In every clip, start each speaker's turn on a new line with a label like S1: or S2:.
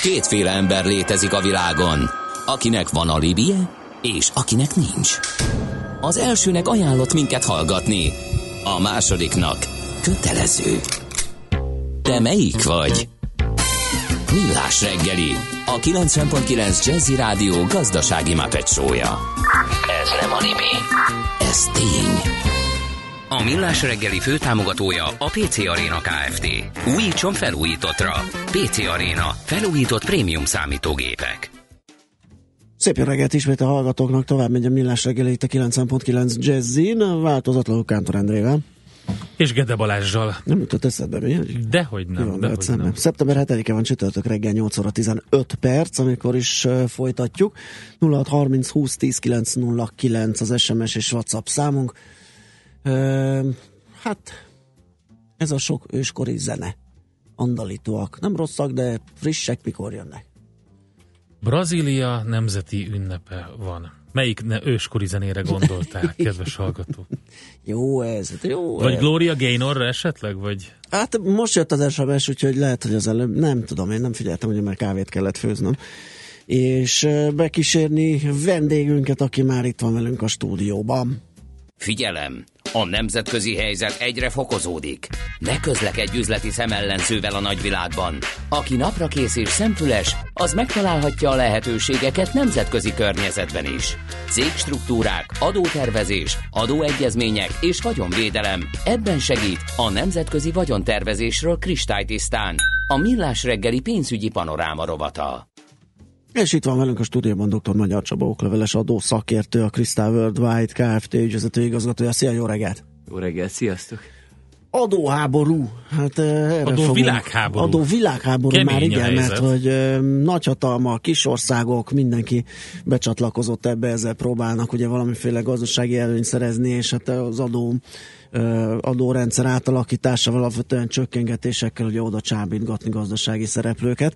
S1: Kétféle ember létezik a világon, akinek van alibije, és akinek nincs. Az elsőnek ajánlott minket hallgatni, a másodiknak kötelező. Te melyik vagy? Millás reggeli, a 90.9 Jazzy Rádió gazdasági Muppet show-ja. Ez nem anime, ez tény. A Millás reggeli főtámogatója a PC Arena Kft. Újítson felújítottra. PC Arena. Felújított prémium számítógépek.
S2: Szép jó reggelt ismét a hallgatóknak, tovább megy a Millás reggeli itt a 90.9 Jazzin, változatlanul Kántor Endrével.
S3: És Gede Balázsral.
S2: Nem jutott eszedbe, mi?
S3: Dehogy nem. Nem.
S2: Szeptember 7-e van, csütörtök reggel 8 óra 15 perc, amikor is folytatjuk. 0630 20 10 909 az SMS és WhatsApp számunk. Hát ez a sok őskori zene. Andalítóak. Nem rosszak, de frissek. Mikor jönnek?
S3: Brazília nemzeti ünnepe van. Melyik őskori zenére gondoltál, kedves hallgató?
S2: Jó ez. Jó
S3: vagy
S2: ez.
S3: Gloria Gaynorra esetleg? Vagy?
S2: Hát most jött az SMS, úgyhogy lehet, hogy az előbb, nem tudom, én nem figyeltem, hogy már kávét kellett főznöm. És bekísérni vendégünket, aki már itt van velünk a stúdióban.
S1: Figyelem! A nemzetközi helyzet egyre fokozódik. Ne közlekedj üzleti szemellenzővel a nagyvilágban. Aki naprakész és szemfüles, az megtalálhatja a lehetőségeket nemzetközi környezetben is. Cégstruktúrák, adótervezés, adóegyezmények és vagyonvédelem. Ebben segít a nemzetközi vagyontervezésről kristálytisztán. A Millás reggeli pénzügyi panoráma rovata.
S2: És itt van velünk a stúdióban dr. Magyar Csaba, okleveles adószakértő, a Crystal Worldwide Kft. Ügyvezető igazgatója. Szia, jó reggelt!
S4: Jó reggelt, sziasztok!
S2: Adóháború. Hát
S3: adóvilágháború.
S2: Adóvilágháború
S3: Kemény
S2: már igen, mert hogy nagyhatalmak, kisországok, mindenki becsatlakozott ebbe, ezzel próbálnak ugye valamiféle gazdasági előnyt szerezni, és hát az adórendszer átalakításával, alapvetően csökkengetésekkel ugye oda csábítgatni gazdasági szereplőket.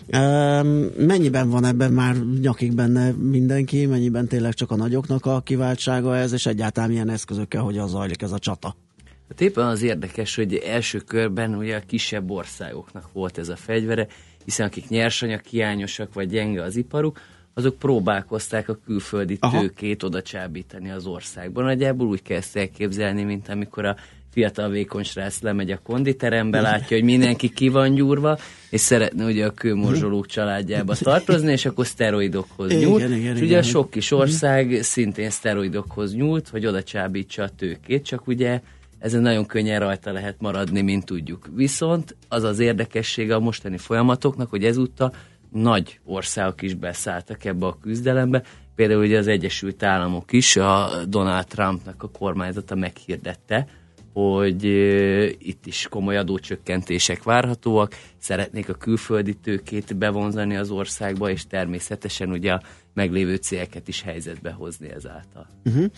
S2: Mennyiben van ebben már nyakig benne mindenki, mennyiben tényleg csak a nagyoknak a kiváltsága ez, és egyáltalán milyen eszközökkel hogyan zajlik ez a csata?
S4: Hát éppen az érdekes, hogy első körben ugye a kisebb országoknak volt ez a fegyvere, hiszen akik nyersanyaghiányosak vagy gyenge az iparuk, azok próbálkozták a külföldi tőkét oda csábítani az országban. Nagyjából úgy kell ezt elképzelni, mint amikor a fiatal vékony srác lemegy a konditerembe, látja, hogy mindenki ki van gyúrva, és szeretne ugye a kőmorzsolók családjába tartozni, és akkor szteroidokhoz nyúlt. És ugye a sok kis ország szintén szteroidokhoz nyúlt, hogy oda csábítsa a tőkét, csak ugye ezen nagyon könnyen rajta lehet maradni, mint tudjuk. Viszont az az érdekessége a mostani folyamatoknak, hogy ezúttal nagy országok is beszálltak ebbe a küzdelembe. Például ugye az Egyesült Államok is, a Donald Trumpnak a kormányzata meghirdette, hogy itt is komoly adócsökkentések várhatóak, szeretnék a külföldi tőkét bevonzani az országba, és természetesen ugye a meglévő céleket is helyzetbe hozni ezáltal.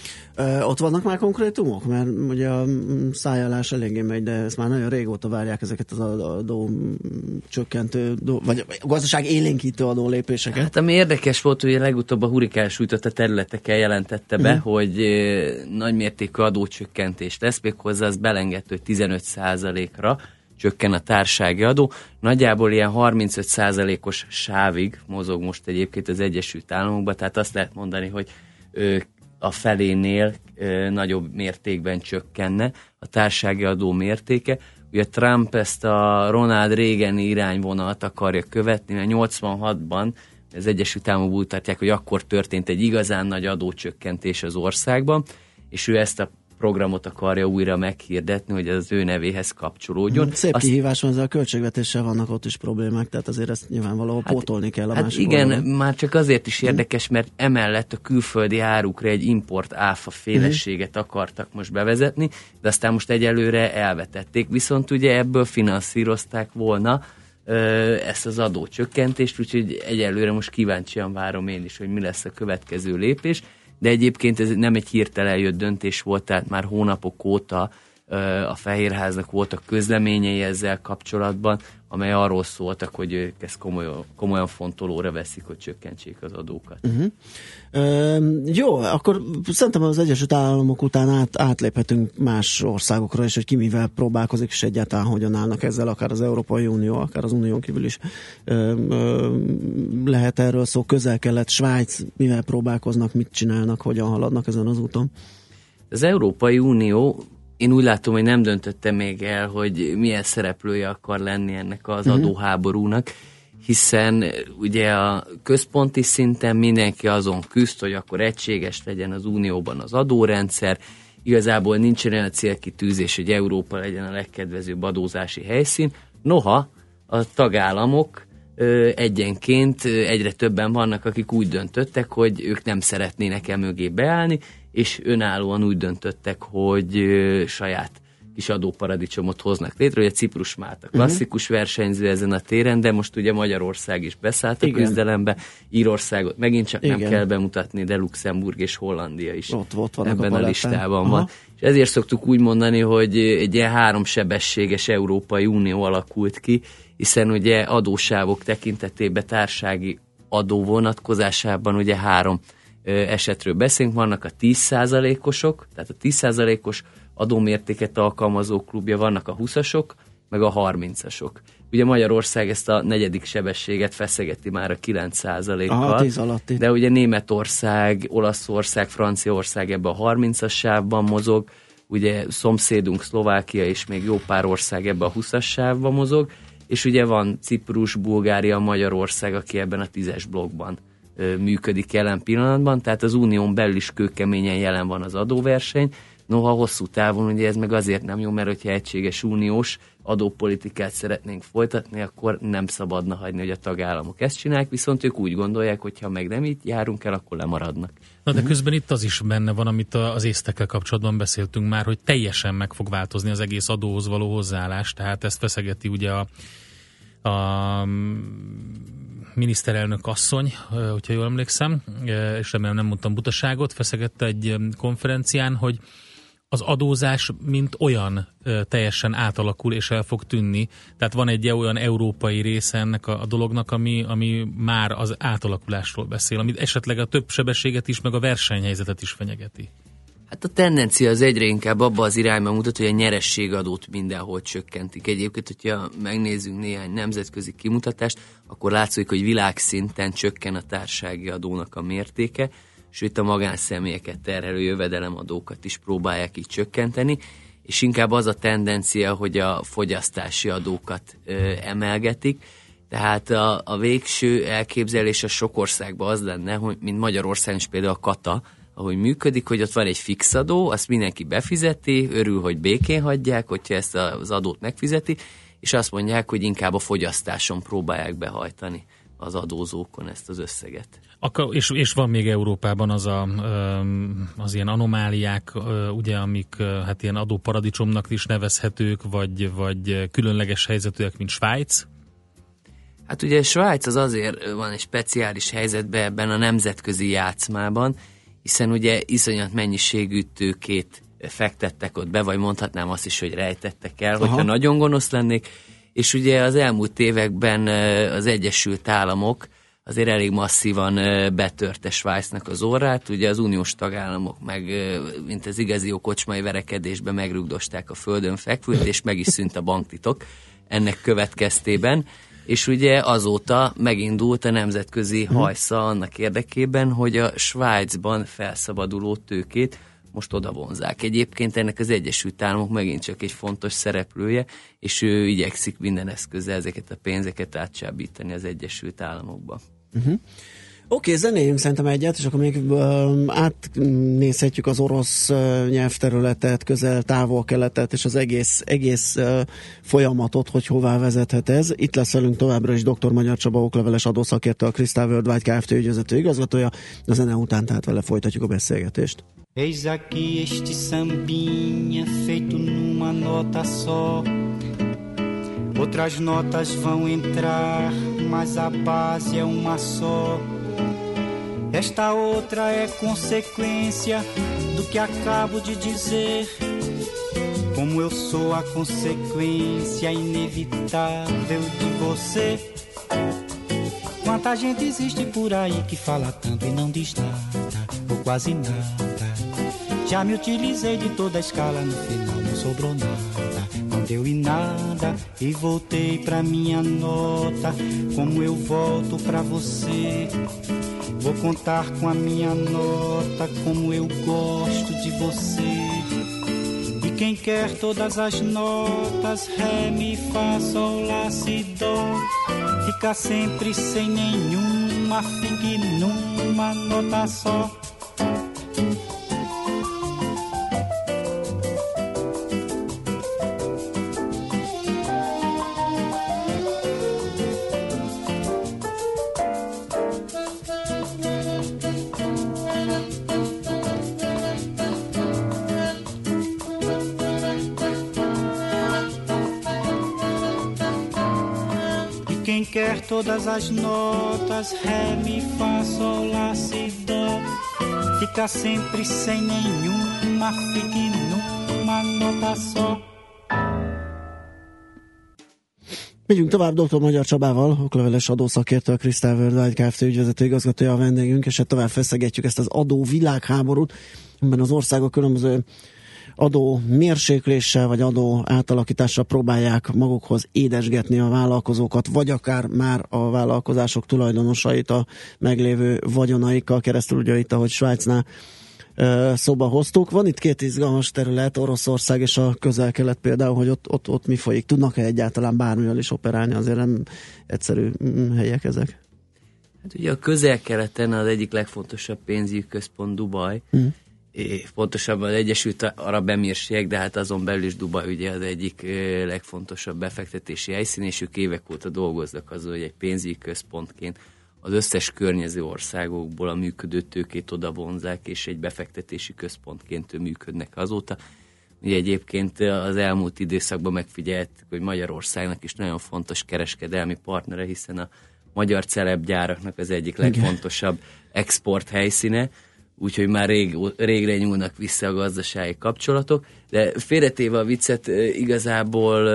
S2: Ott vannak már konkrétumok? Mert ugye a szájálás eléggé megy, de ezt már nagyon régóta várják ezeket az adó csökkentő, vagy a gazdaság élénkítő adó lépéseket. Hát
S4: ami érdekes volt, hogy legutóbb a hurikán sújtotta területeken jelentette be, hogy nagymértékű adócsökkentés lesz, méghozzá az belengedte, hogy 15%-ra csökken a társasági adó. Nagyjából ilyen 35%-os sávig mozog most egyébként az Egyesült Államokban, tehát azt lehet mondani, hogy a felénél nagyobb mértékben csökkenne a társasági adó mértéke. Ugye Trump ezt a Ronald Reagani irányvonalat akarja követni, mert 86-ban az Egyesült Államok úgy tartják, hogy akkor történt egy igazán nagy adócsökkentés az országban, és ő ezt a programot akarja újra meghirdetni, hogy az ő nevéhez kapcsolódjon.
S2: Szép kihívás van, ezzel a költségvetéssel vannak ott is problémák, tehát azért ezt nyilvánvalóan pótolni kell a másik
S4: igen,
S2: oldalon.
S4: Már csak azért is érdekes, mert emellett a külföldi árukra egy import áfa félességet akartak most bevezetni, de aztán most egyelőre elvetették, viszont ugye ebből finanszírozták volna ezt az adócsökkentést, úgyhogy egyelőre most kíváncsian várom én is, hogy mi lesz a következő lépés. De egyébként ez nem egy hirtelen jött döntés volt, tehát már hónapok óta a Fehérháznak voltak közleményei ezzel kapcsolatban, amely arról szóltak, hogy ők ezt komolyan fontolóra veszik, hogy csökkentsék az adókat.
S2: Jó, akkor szerintem az Egyesült Államok után átléphetünk más országokra is, hogy ki mivel próbálkozik, és egyáltalán hogyan állnak ezzel, akár az Európai Unió, akár az Unión kívül is lehet erről szó. Közel-Kelet, Svájc, mivel próbálkoznak, mit csinálnak, hogyan haladnak ezen az úton?
S4: Az Európai Unió, én úgy látom, hogy nem döntötte még el, hogy milyen szereplője akar lenni ennek az adóháborúnak, hiszen ugye a központi szinten mindenki azon küzd, hogy akkor egységes legyen az Unióban az adórendszer. Igazából nincsen olyan célkitűzés, hogy Európa legyen a legkedvezőbb adózási helyszín. Noha a tagállamok egyenként egyre többen vannak, akik úgy döntöttek, hogy ők nem szeretnének mögé beállni, és önállóan úgy döntöttek, hogy saját kis adóparadicsomot hoznak létre. Ugye Ciprus Málta klasszikus versenyző ezen a téren, de most ugye Magyarország is beszállt a küzdelembe, Írországot megint csak nem kell bemutatni, de Luxemburg és Hollandia is
S2: ott
S4: ebben a listában van. És ezért szoktuk úgy mondani, hogy egy ilyen háromsebességes Európai Unió alakult ki, hiszen ugye adósávok tekintetében társasági adó vonatkozásában ugye 3 esetről beszélünk, vannak a 10%-osok, tehát a 10%-os adómértéket alkalmazó klubja, vannak a 20-asok, meg a 30-asok. Ugye Magyarország ezt a 4. sebességet feszegeti már a 9%-kal,
S2: 10 alatti.
S4: De ugye Németország, Olaszország, Franciaország ebben a 30-as sávban mozog, ugye szomszédunk Szlovákia és még jó pár ország ebben a 20-as sávban mozog, és ugye van Ciprus, Bulgária, Magyarország, aki ebben a 10-es blokkban működik jelen pillanatban, tehát az unión belül is kőkeményen jelen van az adóverseny. Noha hosszú távon ugye ez meg azért nem jó, mert hogyha egységes uniós adópolitikát szeretnénk folytatni, akkor nem szabadna hagyni, hogy a tagállamok ezt csinálják, viszont ők úgy gondolják, hogy ha meg nem így járunk el, akkor lemaradnak.
S3: Na de közben itt az is benne van, amit az észtekkel kapcsolatban beszéltünk már, hogy teljesen meg fog változni az egész adóhoz való hozzáállás, tehát ezt feszegeti ugye a miniszterelnök asszony, hogyha jól emlékszem, és remélem nem mondtam butaságot, feszegette egy konferencián, hogy az adózás mint olyan teljesen átalakul és el fog tűnni. Tehát van egy olyan európai része ennek a dolognak, ami már az átalakulásról beszél, amit esetleg a több sebességet is, meg a versenyhelyzetet is fenyegeti.
S4: Hát a tendencia az egyre inkább abba az irányba mutat, hogy a nyerességadót mindenhol csökkentik. Egyébként, hogyha megnézzünk néhány nemzetközi kimutatást, akkor látszik, hogy világszinten csökken a társasági adónak a mértéke, sőt a magánszemélyeket terhelő jövedelemadókat is próbálják így csökkenteni, és inkább az a tendencia, hogy a fogyasztási adókat emelgetik. Tehát a végső elképzelés a sok országban az lenne, hogy mint Magyarországon is például a kata, ahogy működik, hogy ott van egy fix adó, azt mindenki befizeti, örül, hogy békén hagyják, hogyha ezt az adót megfizeti, és azt mondják, hogy inkább a fogyasztáson próbálják behajtani az adózókon ezt az összeget.
S3: És van még Európában az ilyen anomáliák, ugye, amik hát ilyen adóparadicsomnak is nevezhetők, vagy különleges helyzetűek, mint Svájc?
S4: Hát ugye Svájc az azért van egy speciális helyzetben ebben a nemzetközi játszmában, hiszen ugye iszonyat mennyiségű tőkét fektettek ott be, vagy mondhatnám azt is, hogy rejtettek el, hogyha nagyon gonosz lennék, és ugye az elmúlt években az Egyesült Államok azért elég masszívan betörte Svájcnak az orrát, ugye az uniós tagállamok meg, mint az igazi jó kocsmai verekedésben megrugdosták a földön fekvőt, és meg is szűnt a banktitok ennek következtében, és ugye azóta megindult a nemzetközi hajsza annak érdekében, hogy a Svájcban felszabaduló tőkét most oda vonzák. Egyébként ennek az Egyesült Államok megint csak egy fontos szereplője, és ő igyekszik minden eszközzel ezeket a pénzeket átcsábítani az Egyesült Államokba.
S2: Oké, zenéljünk szerintem egyet, és akkor még átnézhetjük az orosz nyelvterületet, közel-távol-keletet, és az egész folyamatot, hogy hová vezethet ez. Itt lesz velünk továbbra is dr. Magyar Csaba okleveles adószakértő, a Crystal Worldwide Kft. Ügyvezető igazgatója. A zene után tehát vele folytatjuk a beszélgetést.
S5: Eis aqui este sambinha feito numa nota só. Outras notas vão entrar, mas a base é uma só. Esta outra é consequência do que acabo de dizer. como eu sou a consequência inevitável de você. Quanta gente existe por aí que fala tanto e não diz nada, ou quase nada. Já me utilizei de toda a escala, no final não sobrou nada. Não deu em nada e voltei pra minha nota. Como eu volto pra você, vou contar com a minha nota. Como eu gosto de você. E quem quer todas as notas, ré, mi, fá, sol, lá, si, dó, fica sempre sem nenhuma, fique numa nota só. Quem quer todas as notas, ré, mi, fá, sol, lá, si, dó, fica sempre sem nenhuma, fique numa nota só.
S2: Megyünk tovább Dr. Magyar Csabával, okleveles adószakértő, a Crystal Worldwide Kft. Ügyvezető igazgatója a vendégünk, és hát tovább feszegetjük ezt az adó világháborút, amiben az országok különböző adó mérsékléssel vagy adó átalakítással próbálják magukhoz édesgetni a vállalkozókat, vagy akár már a vállalkozások tulajdonosait a meglévő vagyonaikkal keresztül, ugye itt, ahogy Svájcnál szóba hoztuk. Van itt két izgalmas terület, Oroszország és a Közel-Kelet például, hogy ott mi folyik. Tudnak-e egyáltalán bármivel is operálni? Azért nem egyszerű helyek ezek.
S4: Hát ugye a Közel-Keleten az egyik legfontosabb pénzügyi központ Dubaj, pontosabban az Egyesült Arab Emírségek, de hát azon belül is Dubaj ugye az egyik legfontosabb befektetési helyszín, és ők évek óta dolgoznak azon, hogy egy pénzügyi központként az összes környező országokból a működő tőkét oda vonzák, és egy befektetési központként működnek azóta. Ugye egyébként az elmúlt időszakban megfigyeltük, hogy Magyarországnak is nagyon fontos kereskedelmi partnere, hiszen a magyar celebgyáraknak az egyik legfontosabb export helyszíne, úgyhogy már régre nyúlnak vissza a gazdasági kapcsolatok, de félretéve a viccet, igazából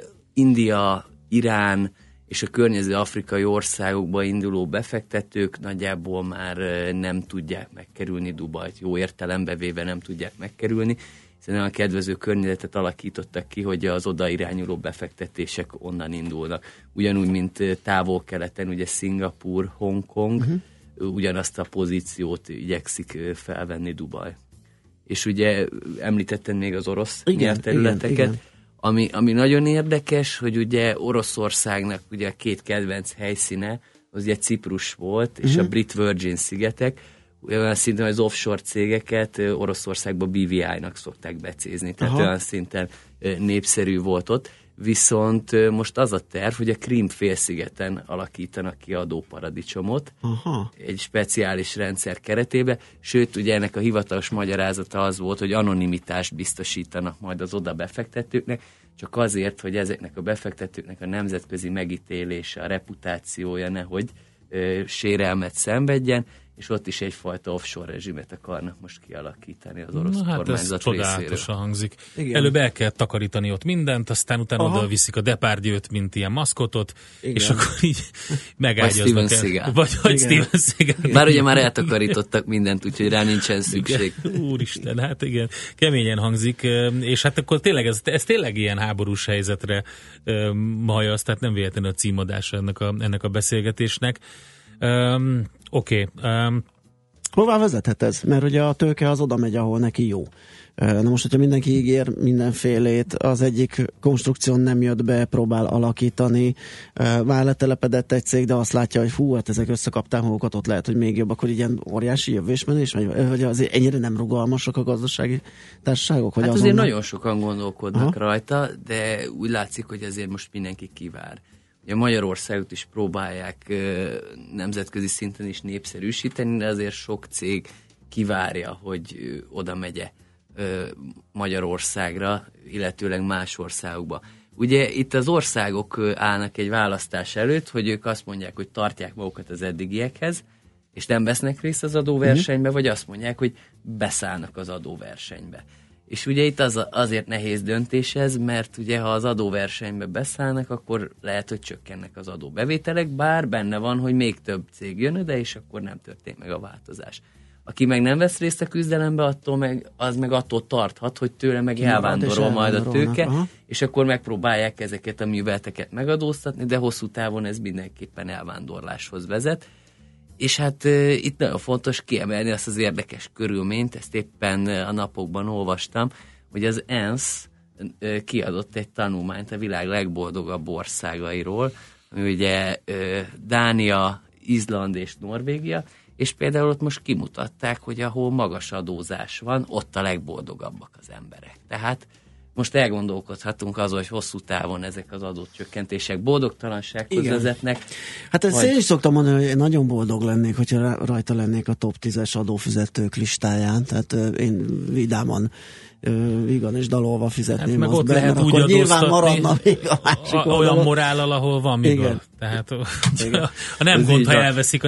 S4: India, Irán és a környező afrikai országokba induló befektetők nagyjából már nem tudják megkerülni Dubajt, jó értelembe véve nem tudják megkerülni, hiszen olyan kedvező környezetet alakítottak ki, hogy az oda irányuló befektetések onnan indulnak. Ugyanúgy, mint távol-keleten, ugye Szingapúr, Hongkong, ugyanazt a pozíciót igyekszik felvenni Dubaj. És ugye említetted még az orosz nyelvterületeket, ami nagyon érdekes, hogy ugye Oroszországnak ugye a két kedvenc helyszíne, az ugye Ciprus volt, és a Brit Virgin szigetek, olyan szinten, hogy az offshore cégeket Oroszországba BVI-nak szokták becézni, tehát olyan szinten népszerű volt ott. Viszont most az a terv, hogy a Krím félszigeten alakítanak ki adóparadicsomot egy speciális rendszer keretében, sőt, ugye ennek a hivatalos magyarázata az volt, hogy anonimitást biztosítanak majd az oda befektetőknek, csak azért, hogy ezeknek a befektetőknek a nemzetközi megítélése, a reputációja nehogy sérelmet szenvedjen, és ott is egyfajta offshore rezsimet akarnak most kialakítani az orosz kormányzat részéről. Ez
S3: csodálatosan hangzik. Igen. Előbb el kell takarítani ott mindent, aztán utána oda viszik a Depardieu-t, mint ilyen maszkotot, és akkor így megágyaznak el. Vagy Steven Seagal.
S4: Bár ugye már eltakarítottak mindent, úgyhogy rá nincsen szükség.
S3: Úristen, hát igen, keményen hangzik, és hát akkor tényleg ez tényleg ilyen háborús helyzetre hajaz, tehát nem véletlenül a címadása ennek a beszélgetésnek. Oké.
S2: Hová vezethet ez? Mert ugye a tőke az oda megy, ahol neki jó. Na most, hogyha mindenki ígér mindenfélét, az egyik konstrukción nem jött be, próbál alakítani, már letelepedett egy cég, de azt látja, hogy hú, hát ezek összekapták magukat, ott lehet, hogy még jobb, akkor ilyen óriási jövésmenés, vagy azért ennyire nem rugalmasak a gazdasági társaságok?
S4: Hát azért nagyon sokan gondolkodnak rajta, de úgy látszik, hogy azért most mindenki kivár. Ugye Magyarországot is próbálják nemzetközi szinten is népszerűsíteni, de azért sok cég kivárja, hogy oda megye Magyarországra, illetőleg más országokba. Ugye itt az országok állnak egy választás előtt, hogy ők azt mondják, hogy tartják magukat az eddigiekhez, és nem vesznek részt az adóversenybe, vagy azt mondják, hogy beszállnak az adóversenybe. És ugye itt azért nehéz döntés ez, mert ugye ha az adóversenybe beszállnak, akkor lehet, hogy csökkennek az adóbevételek, bár benne van, hogy még több cég jön, de és akkor nem történt meg a változás. Aki meg nem vesz részt a küzdelembe, az meg attól tarthat, hogy tőle meg elvándorol majd a tőke, és akkor megpróbálják ezeket a műveleteket megadóztatni, de hosszú távon ez mindenképpen elvándorláshoz vezet. És hát itt nagyon fontos kiemelni azt az érdekes körülményt, ezt éppen a napokban olvastam, hogy az ENSZ kiadott egy tanulmányt a világ legboldogabb országairól, ami ugye Dánia, Izland és Norvégia, és például ott most kimutatták, hogy ahol magas adózás van, ott a legboldogabbak az emberek. Tehát most elgondolkodhatunk azon, hogy hosszú távon ezek az adócsökkentések boldogtalansághoz vezetnek.
S2: Hát ezt én is szoktam mondani, hogy én nagyon boldog lennék, hogyha rajta lennék a top 10-es adófizetők listáján, tehát én vidáman vígan és dalolva fizetném.
S3: Hát meg
S2: azt
S3: ott
S2: be,
S3: lehet úgy
S2: nyilván maradna még a másik
S3: olyan morállal, ahol van miből. Tehát a nem gond, ha elveszik a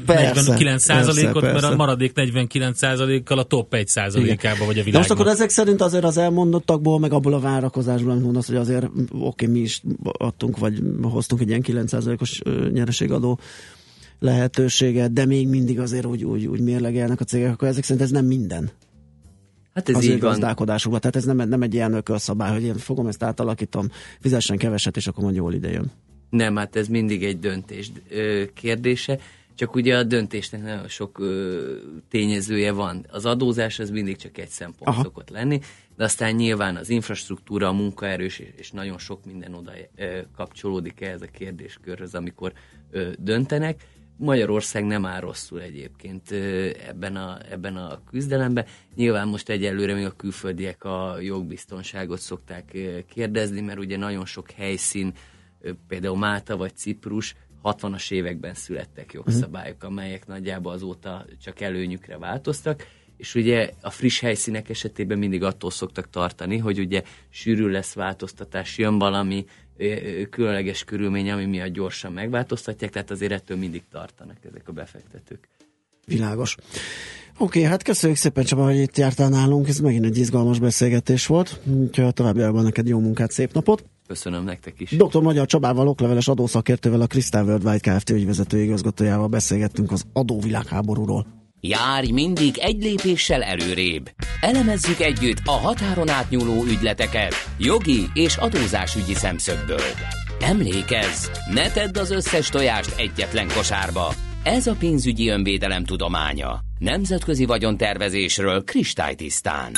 S3: 49%-ot, mert a maradék 49%-kal a top 1%-ába vagy a világban.
S2: Most akkor ezek szerint azért az elmondottakból, meg abból a várakozásból, amit mondasz, hogy azért mi is adtunk, vagy hoztunk egy ilyen 9%-os nyereségadó lehetőséget, de még mindig azért úgy mérlegelnek a cégek, akkor ezek szerint ez nem minden.
S4: Hát ez
S2: az
S4: így van.
S2: gazdálkodásukban. Tehát ez nem egy ilyen ökölszabály, hogy én fogom ezt átalakítom, fizessen keveset, és akkor majd jól idejön.
S4: Nem, hát ez mindig egy döntés kérdése, csak ugye a döntésnek nagyon sok tényezője van. Az adózás az mindig csak egy szempont szokott lenni, de aztán nyilván az infrastruktúra, a munkaerős, és nagyon sok minden oda kapcsolódik ehhez a kérdéskörhöz, amikor döntenek. Magyarország nem áll rosszul egyébként ebben a küzdelemben. Nyilván most egyelőre még a külföldiek a jogbiztonságot szokták kérdezni, mert ugye nagyon sok helyszín, például Málta vagy Ciprus, 60-as években születtek jogszabályok, amelyek nagyjából azóta csak előnyükre változtak, és ugye a friss helyszínek esetében mindig attól szoktak tartani, hogy ugye sűrű lesz változtatás, jön valami különleges körülmény, ami miatt gyorsan megváltoztatják, tehát azért ettől mindig tartanak ezek a befektetők.
S2: Világos. Oké, hát köszönjük szépen, Csaba, hogy itt jártál nálunk, ez megint egy izgalmas beszélgetés volt, úgyhogy a továbbiakban neked jó munkát, szép napot.
S4: Köszönöm nektek is.
S2: Dr. Magyar Csabával, okleveles adószakértővel, a Crystal Worldwide Kft. Ügyvezető igazgatójával beszélgettünk az adóvilágháborúról.
S1: Járj mindig egy lépéssel előrébb. Elemezzük együtt a határon átnyúló ügyleteket jogi és adózásügyi szemszögből. Emlékezz, ne tedd az összes tojást egyetlen kosárba. Ez a pénzügyi önvédelem tudománya. Nemzetközi vagyontervezésről kristálytisztán.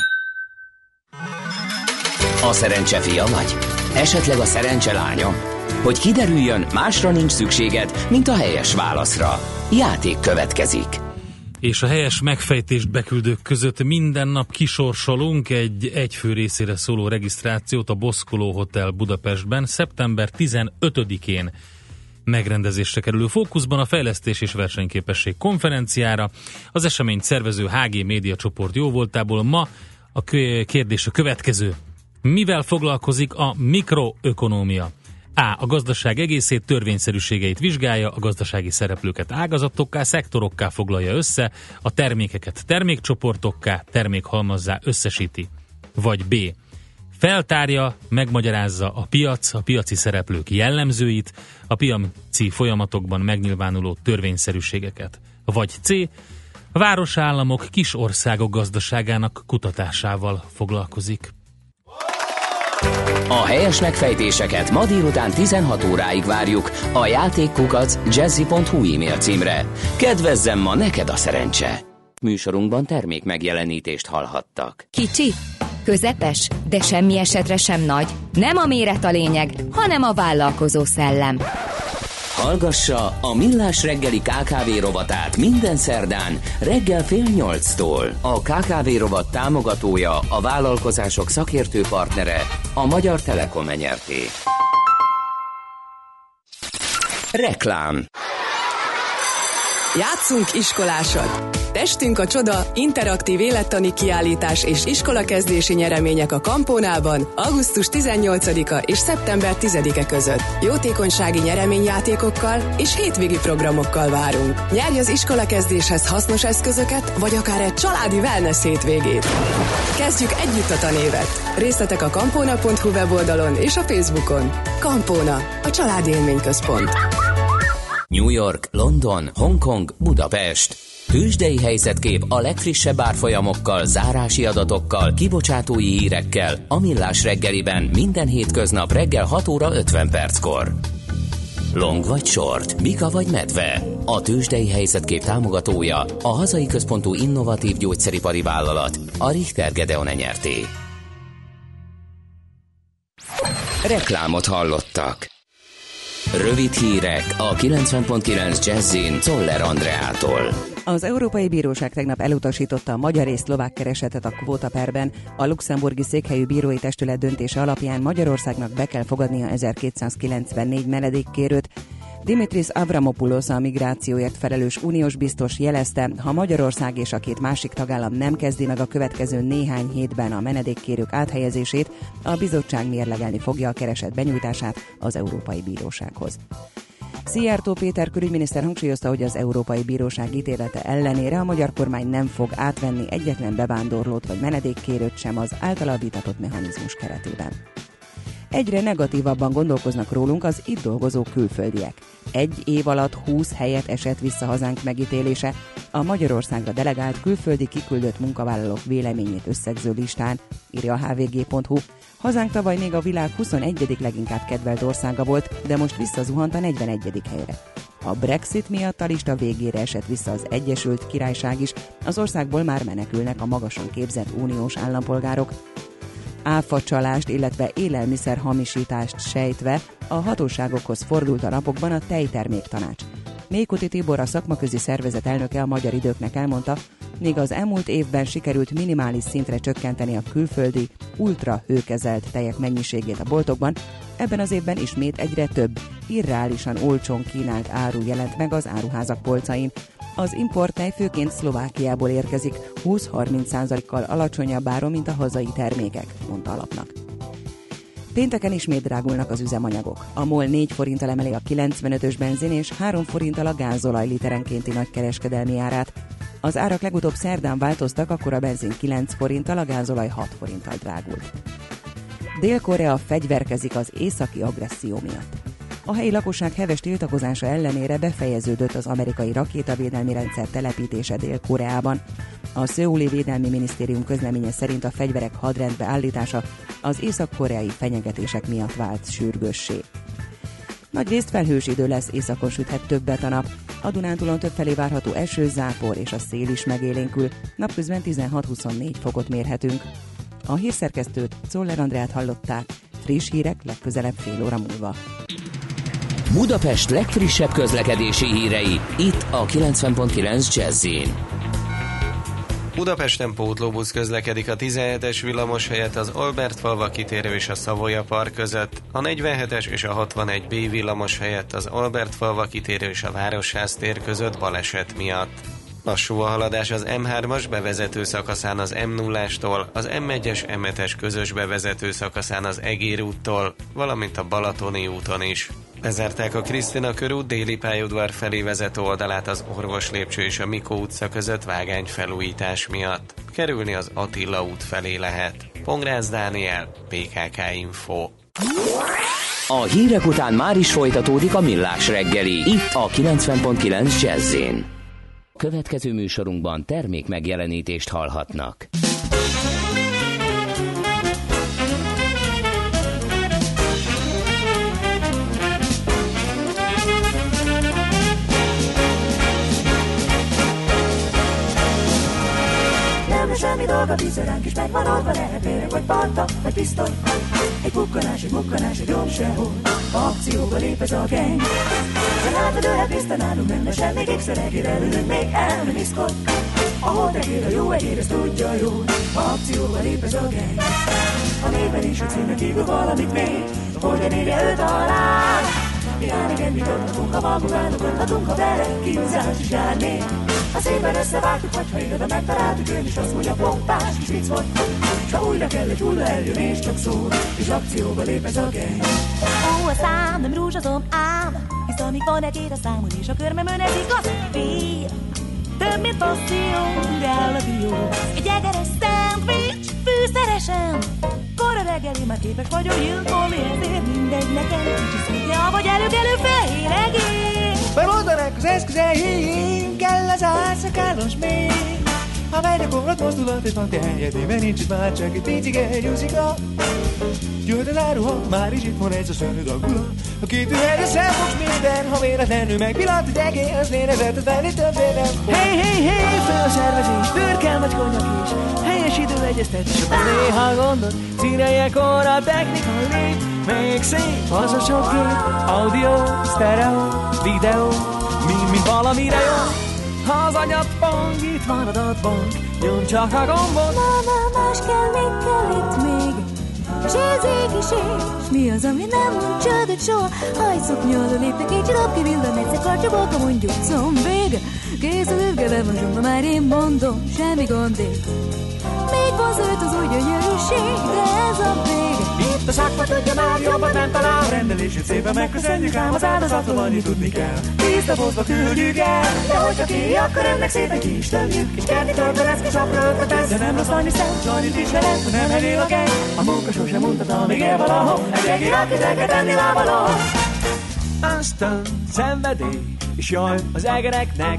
S1: A szerencse fia vagy? Esetleg a szerencse lánya? Hogy kiderüljön, másra nincs szükséged, mint a helyes válaszra. Játék következik.
S3: És a helyes megfejtést beküldők között minden nap kisorsolunk egy egyfő részére szóló regisztrációt a Boszkoló Hotel Budapestben szeptember 15-én megrendezésre kerülő fókuszban a fejlesztés és versenyképesség konferenciára. Az eseményt szervező HG Média csoport jóvoltából ma a kérdés a következő. Mivel foglalkozik a mikroökonómia? A. A gazdaság egészét, törvényszerűségeit vizsgálja, a gazdasági szereplőket ágazatokká, szektorokká foglalja össze, a termékeket termékcsoportokká, termékhalmazzá összesíti. Vagy B. Feltárja, megmagyarázza a piac, a piaci szereplők jellemzőit, a piaci folyamatokban megnyilvánuló törvényszerűségeket. Vagy C. A városállamok, kis országok gazdaságának kutatásával foglalkozik.
S1: A helyes megfejtéseket ma délután 16 óráig várjuk a játékkukac@jazzy.hu e-mail címre. Kedvezzem ma neked a szerencse! Műsorunkban termék megjelenítést hallhattak.
S6: Kicsi, közepes, de semmi esetre sem nagy. Nem a méret a lényeg, hanem a vállalkozó szellem.
S1: Hallgassa a Millás reggeli KKV rovatát minden szerdán reggel 7:30-tól. A KKV rovat támogatója, a vállalkozások szakértő partnere, a Magyar Telekom Nyrt. Reklám.
S7: Játszunk iskolásat! Testünk a csoda, interaktív élettani kiállítás és iskolakezdési nyeremények a Kampónában augusztus 18-a és szeptember 10-e között. Jótékonysági nyereményjátékokkal és hétvégi programokkal várunk. Nyerj az iskolakezdéshez hasznos eszközöket, vagy akár egy családi wellness hétvégét. Kezdjük együtt a tanévet! Részletek a kampona.hu weboldalon és a Facebookon. Kampóna, a családi élményközpont.
S1: New York, London, Hongkong, Budapest. Tőzsdei helyzetkép a legfrissebb árfolyamokkal, zárási adatokkal, kibocsátói hírekkel a Millás reggeliben minden hétköznap reggel 6 óra 50 perckor. Long vagy short, bika vagy medve. A Tőzsdei helyzetkép támogatója a hazai központú innovatív gyógyszeripari vállalat, a Richter Gedeon Nyrt. Reklámot hallottak. Rövid hírek a 90.9 Jazzin Czoller Andreától.
S8: Az Európai Bíróság tegnap elutasította a magyar és szlovák keresetet a kvótaperben. A luxemburgi székhelyű bírói testület döntése alapján Magyarországnak be kell fogadnia 1294 menedékkérőt. Dimitris Avramopoulos, a migrációért felelős uniós biztos jelezte, ha Magyarország és a két másik tagállam nem kezdi meg a következő néhány hétben a menedékkérők áthelyezését, a bizottság mérlegelni fogja a kereset benyújtását az Európai Bírósághoz. Szijjártó Péter külügyminiszter hangsúlyozta, hogy az Európai Bíróság ítélete ellenére a magyar kormány nem fog átvenni egyetlen bevándorlót vagy menedékkérőt sem az általa vitatott mechanizmus keretében. Egyre negatívabban gondolkoznak rólunk az itt dolgozó külföldiek. Egy év alatt 20 helyet esett vissza hazánk megítélése, a Magyarországra delegált külföldi kiküldött munkavállalók véleményét összegző listán, írja a hvg.hu. Hazánk tavaly még a világ 21. leginkább kedvelt országa volt, de most visszazuhant a 41. helyre. A Brexit miatt a lista végére esett vissza az Egyesült Királyság is, az országból már menekülnek a magasan képzett uniós állampolgárok. Áfacsalást, illetve élelmiszer hamisítást sejtve a hatóságokhoz fordult a napokban a Tejterméktanács. Mékuti Tibor, a szakmaközi szervezet elnöke a Magyar Időknek elmondta, míg az elmúlt évben sikerült minimális szintre csökkenteni a külföldi, ultra hőkezelt tejek mennyiségét a boltokban, ebben az évben ismét egyre több, irreálisan olcsón kínált áru jelent meg az áruházak polcain. Az importtej főként Szlovákiából érkezik, 20-30%-kal alacsonyabb áron, mint a hazai termékek, mondta a lapnak. Pénteken ismét drágulnak az üzemanyagok. A MOL 4 forinttal emeli a 95-ös benzin és 3 forinttal a gázolaj literenkénti nagykereskedelmi árát. Az árak legutóbb szerdán változtak, akkor a benzin 9 forinttal, a gázolaj 6 forinttal drágult. Dél-Korea fegyverkezik az északi agresszió miatt. A helyi lakosság heves tiltakozása ellenére befejeződött az amerikai rakétavédelmi rendszer telepítése Dél-Koreában. A Szöuli Védelmi Minisztérium közleménye szerint a fegyverek hadrendbe állítása az észak-koreai fenyegetések miatt vált sürgőssé. Nagyrészt felhős idő lesz, északon süthet többet a nap. A Dunántúlon többfelé várható eső, zápor és a szél is megélénkül. Napközben 16-24 fokot mérhetünk. A hírszerkesztőt, Czoller Andreát hallották. Friss hírek legközelebb fél óra múlva.
S1: Budapest legfrissebb közlekedési hírei, itt a 90.9 Jazz-in.
S9: Budapesten pótlóbusz közlekedik a 17-es villamos helyett az Albertfalva kitérő és a Savoya Park között, a 47-es és a 61B villamos helyett az Albertfalva kitérő és a Városház tér között baleset miatt. Lassú a haladás az M3-as bevezető szakaszán az M0-ástól, az M1-es M7-es közös bevezető szakaszán az Egér úttól, valamint a Balatoni úton is. Bezárták a Krisztina körút déli pályaudvar felé vezető oldalát az Orvoslépcső és a Mikó utca között vágányfelújítás miatt. Kerülni az Attila út felé lehet. Pongrácz Dániel, PKK Info.
S1: A hírek után már is folytatódik a Millás reggeli, itt a 90.9 Jazz-in. Következő műsorunkban termék megjelenítést hallhatnak.
S10: Semmi dolga, vízeránk is megvan oldva, lehet érek vagy parta, vagy pisztoly. Egy bukkanás, egy jobb sehol, akcióba lép ez a gang. De hátad ölhet vissza nálunk rendesen, még ékszerekére ülünk, még el nem iszkod. Ahol tegér a jó egér, ezt tudja jól, akcióba lép ez a gang. A néven és a címnek kívül valamit még, hogy elérje őt alá. kiállni, ennyit adhatunk, ha magukálnak, adhatunk, ha vele kihúzás is járnék. Ha szépen összevágtuk, vagy ha élve megtaláltuk, ön is azt mondja, pompás kis vicc volt. S ha újra kell, egy hulla eljön és csak szól, és akcióba lép ez a geng.
S11: Ó, a szám nem rúzsazom ám, hisz amíg van egy a számon, és a körmemön ez igaz, fél. Több, mint passzió, de áll a dió. Egy egeres szendvics, fűszeresen. Kora reggeli, már képes vagyok gyilkolni, ezért mindegy nekem. Kicsi szintje, vagy előkelő fehér egész.
S12: Bemoldanak az eszközeink, kell az átszakálos még. Ha megy a korlat mozdulat, és van terjedében, nincs itt már csak egy picike nyúzika. Jöhet az áruha, már is itt van egy szőnő dagula. A két üvegre szemfogs minden, ha véletlenül megpillant egy egész lénezet, az venni többé nem fog.
S13: Hey, hey, hey, föl a szervezés, bőrkel vagy konyak is, helyes időegyeztetés, sok az néha gondot, színeljekor a technika lép, még szép az a sok kép, audio, stereo, videó, mind valamire jó. Ha az agyadbank, itt van adatbank, nyom csak a gombot.
S11: Más kell itt még, és érzék is és mi az, ami nem mond csődöt soha. Hajszok nyolva léptek, egy csodap kivillan, egyszer karcsabolka mondjuk combég. Készül ürgeve van zsomba, már én mondom, semmi gondék. Még van zöld az új gyönyörűség, de ez a vég.
S12: Itt a szakma tudja már, jobban nem talál. Rendelését szépen megköszönjük, ám az áldozatról annyit tudni kell. Tisztapozva küldjük el,
S10: de hogyha kéri, akkor ennek szépen ki is tömjük. És kerti törbe lesz, kis apró ötletez.
S12: De nem rossz annyi szent, annyit is veled, ha nem elél a geny. A munka sosem mutatta, még él valahol.
S10: Egy egi rakizeket enni lábaló.
S13: Aztán szenvedély, és jaj az egereknek.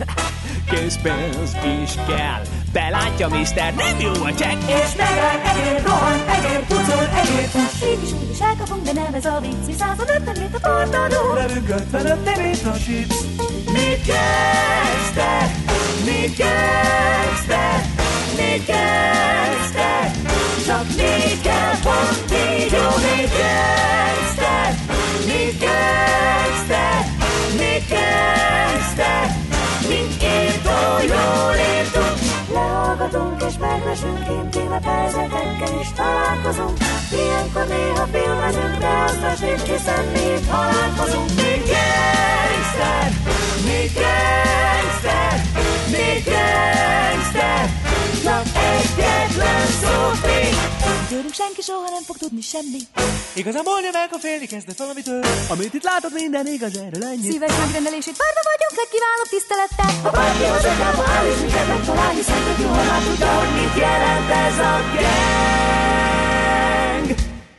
S13: Készpénz is kell. Belátja, mister, nem jó a csekk.
S10: És megáll, egér, rohan, egér, pucol, egér, fuss.
S11: Így is úgy is elkapunk, de nem ez a vicc. Mi 150 mint a tornadó.
S12: Levünk 55 mint a chips.
S10: Mit kezdtek? Mit kezdtek? Mit kezdtek? Csak mit kell pont, így jó, mit kezdtek? Mit kezdtek? Mit kezdtek? Mint írtó, jól írtunk. Lehallgatunk és meglesünk, intimebb helyzetekkel is találkozunk. Ilyenkor néha filmezünk, de azt a sét, hiszen mi itt halálkozunk. Mit gangster? Mit gangster? Mit gangster? Csak egyetlen szót még.
S11: Tőlünk senki soha nem fog tudni semmi.
S12: Igazából nyilván félni kezdett valamitől.
S13: Amit itt látod, minden igaz, erről ennyi.
S11: Szíves megrendelését várva vagyunk, legkívánok tisztelettel.
S10: Ha bárki hozzákába áll, és minket megtalál, hiszen tök jól már tudja, hogy mit jelent ez a gang.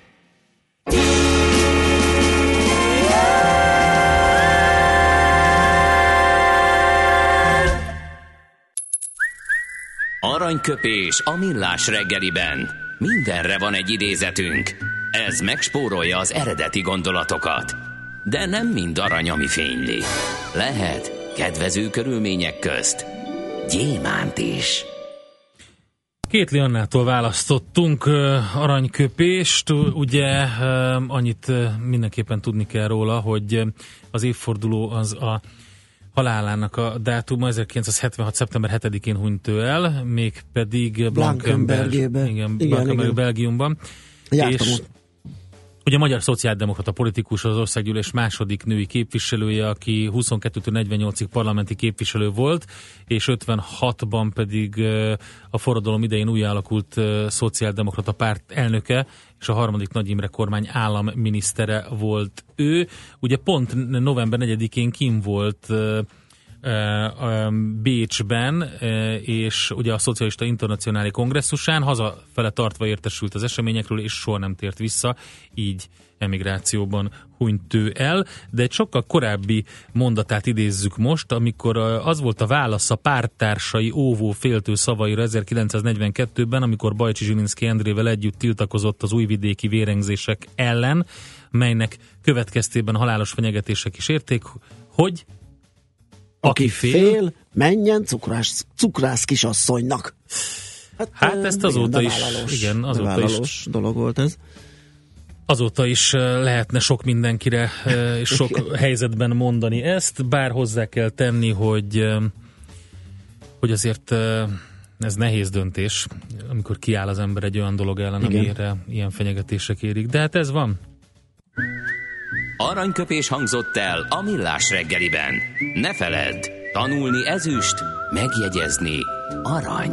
S1: Aranyköpés a millás reggeliben. Mindenre van egy idézetünk. Ez megspórolja az eredeti gondolatokat. De nem mind arany, ami fényli. Lehet kedvező körülmények közt gyémánt is.
S3: Kétli Annától választottunk aranyköpést. Ugye annyit mindenképpen tudni kell róla, hogy az évforduló az a halálának a dátuma 1976. szeptember 7-én hunyt ő el, mégpedig Blankenberg, Belgiumban. És ugye a magyar szociáldemokrata politikus, az országgyűlés második női képviselője, aki 22-től 48-ig parlamenti képviselő volt, és 56-ban pedig a forradalom idején újra alakult szociáldemokrata párt elnöke, és a harmadik Nagy Imre kormány államminisztere volt ő. Ugye pont november 4-én kim volt Bécsben, és ugye a Szocialista Internacionális Kongresszusán hazafele tartva értesült az eseményekről, és soha nem tért vissza, így emigrációban hunyt ő el, de egy sokkal korábbi mondatát idézzük most, amikor az volt a válasz a párttársai óvó féltő szavaira 1942-ben, amikor Bajcsi Zsilinszky Endrével együtt tiltakozott az újvidéki vérengzések ellen, melynek következtében halálos fenyegetések is érték, hogy aki fél,
S2: menjen cukrász kisasszonynak.
S3: Hát ezt azóta is, igen, azóta is
S2: dolog volt ez.
S3: Azóta is lehetne sok mindenkire és sok helyzetben mondani ezt, bár hozzá kell tenni, hogy azért ez nehéz döntés, amikor kiáll az ember egy olyan dolog ellen, amire ilyen fenyegetések érik. De hát ez van.
S1: Aranyköpés hangzott el a Millás reggeliben. Ne feledd, tanulni ezüst, megjegyezni arany.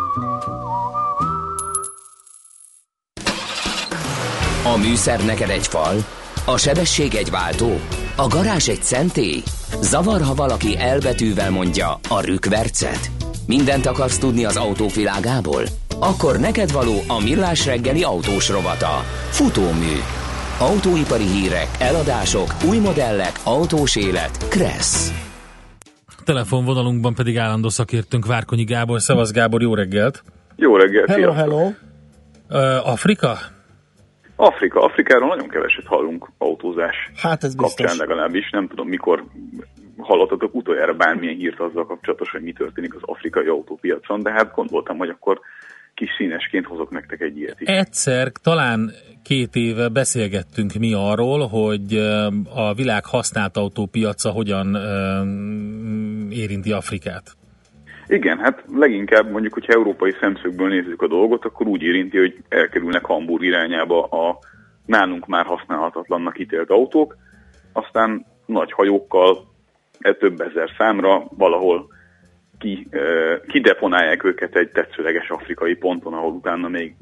S1: A műszer neked egy fal, a sebesség egy váltó, a garázs egy szentély. Zavar, ha valaki elbetűvel mondja a rükvercet. Mindent akarsz tudni az autóvilágából? Akkor neked való a Millás reggeli autós rovata. Futómű. Autóipari hírek, eladások, új modellek, autós élet. Kressz.
S3: Telefonvonalunkban pedig állandó szakértőnk Várkonyi Gábor. Szevasz Gábor, jó reggelt!
S14: Jó reggelt!
S2: Hello!
S3: Afrika?
S14: Afrikáról nagyon keveset hallunk autózás kapcsán legalábbis. Nem tudom, mikor hallottatok utoljára bármilyen hírt azzal kapcsolatos, hogy mi történik az afrikai autópiacon, de hát gondoltam, hogy akkor kis színesként hozok nektek egy ilyet is.
S3: Egyszer, talán 2 éve beszélgettünk mi arról, hogy a világ használt autópiaca hogyan érinti Afrikát.
S14: Igen, hát leginkább mondjuk, hogyha európai szemszögből nézzük a dolgot, akkor úgy érinti, hogy elkerülnek Hamburg irányába a nálunk már használhatatlannak ítélt autók, aztán nagy hajókkal, több ezer számra valahol kideponálják őket egy tetszőleges afrikai ponton, ahol utána még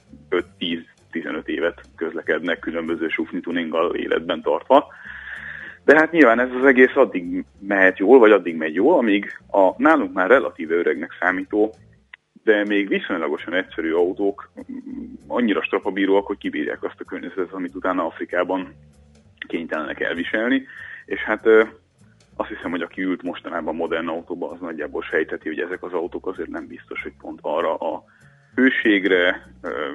S14: 5-10-15 évet közlekednek különböző sufni tuninggal életben tartva. De hát nyilván ez az egész addig mehet jól, vagy addig megy jól, amíg a nálunk már relatíve öregnek számító, de még viszonylagosan egyszerű autók annyira strapabíróak, hogy kibírják azt a környezetet, amit utána Afrikában kénytelenek elviselni, és hát azt hiszem, hogy aki ült mostanában modern autóba, az nagyjából sejteti, hogy ezek az autók azért nem biztos, hogy pont arra a hőségre,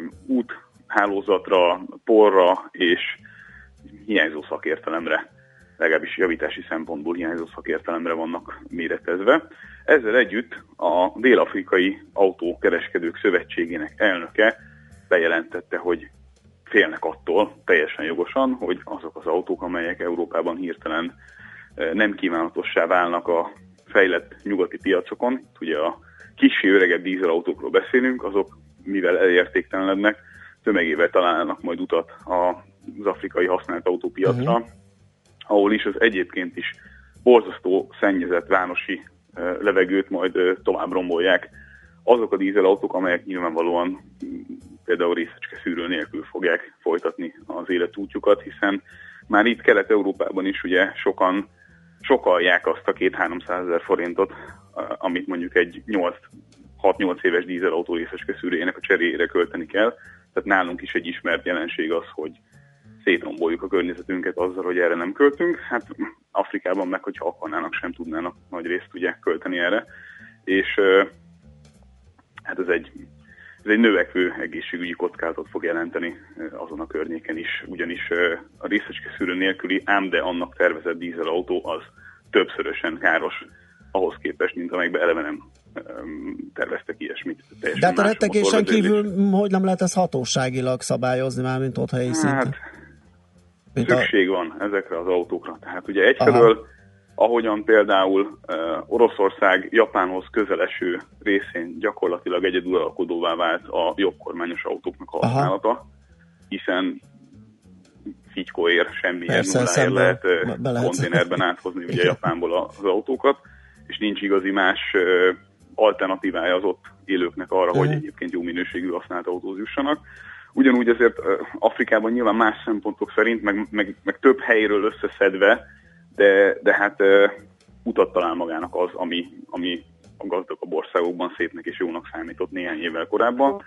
S14: úthálózatra, porra és hiányzó szakértelemre, legalábbis javítási szempontból hiányzó szakértelemre vannak méretezve. Ezzel együtt a Dél-Afrikai Autókereskedők Szövetségének elnöke bejelentette, hogy félnek attól, teljesen jogosan, hogy azok az autók, amelyek Európában hirtelen nem kívánatossá válnak a fejlett nyugati piacokon, itt ugye a kissé öregebb dízelautókról beszélünk, azok mivel elértéktelenednek, tömegével találnak majd utat az afrikai használt autópiacra, ahol is az egyébként is borzasztó szennyezett városi levegőt majd tovább rombolják azok a dízelautók, amelyek nyilvánvalóan például részecske szűrő nélkül fogják folytatni az életútjukat, hiszen már itt Kelet-Európában is ugye sokan sokalják azt a 200-300 ezer forintot, amit mondjuk egy 6-8 éves dízelautó részecske szűrőjének a cseréjére költeni kell. Tehát nálunk is egy ismert jelenség az, hogy szétromboljuk a környezetünket azzal, hogy erre nem költünk. Hát Afrikában meg, hogyha akarnának, sem tudnának nagy részt ugye költeni erre. És hát ez egy növekvő egészségügyi kockázatot fog jelenteni azon a környéken is, ugyanis a részecske szűrő nélküli, ám de annak tervezett dízelautó az többszörösen káros ahhoz képest, mint amelyekben eleve nem terveztek ilyesmit.
S2: De hát a rettegésen kívül hogy nem lehet ezt hatóságilag szabályozni már, mint ott helyi szinten?
S14: Szükség van ezekre az autókra. Tehát ugye egyfelől, ahogyan például Oroszország Japánhoz közeleső részén gyakorlatilag egyedülalkodóvá vált a jobbkormányos autóknak a használata, hiszen fitykóért, semmilyen nulláért lehet konténerben áthozni ugye Japánból az autókat, és nincs igazi más alternatívája az ott élőknek arra, hogy egyébként jó minőségű használt autóhoz jussanak. Ugyanúgy azért Afrikában nyilván más szempontok szerint, meg több helyről összeszedve, de hát utat talál magának az, ami a gazdagabb országokban szépnek és jónak számított néhány évvel korábban.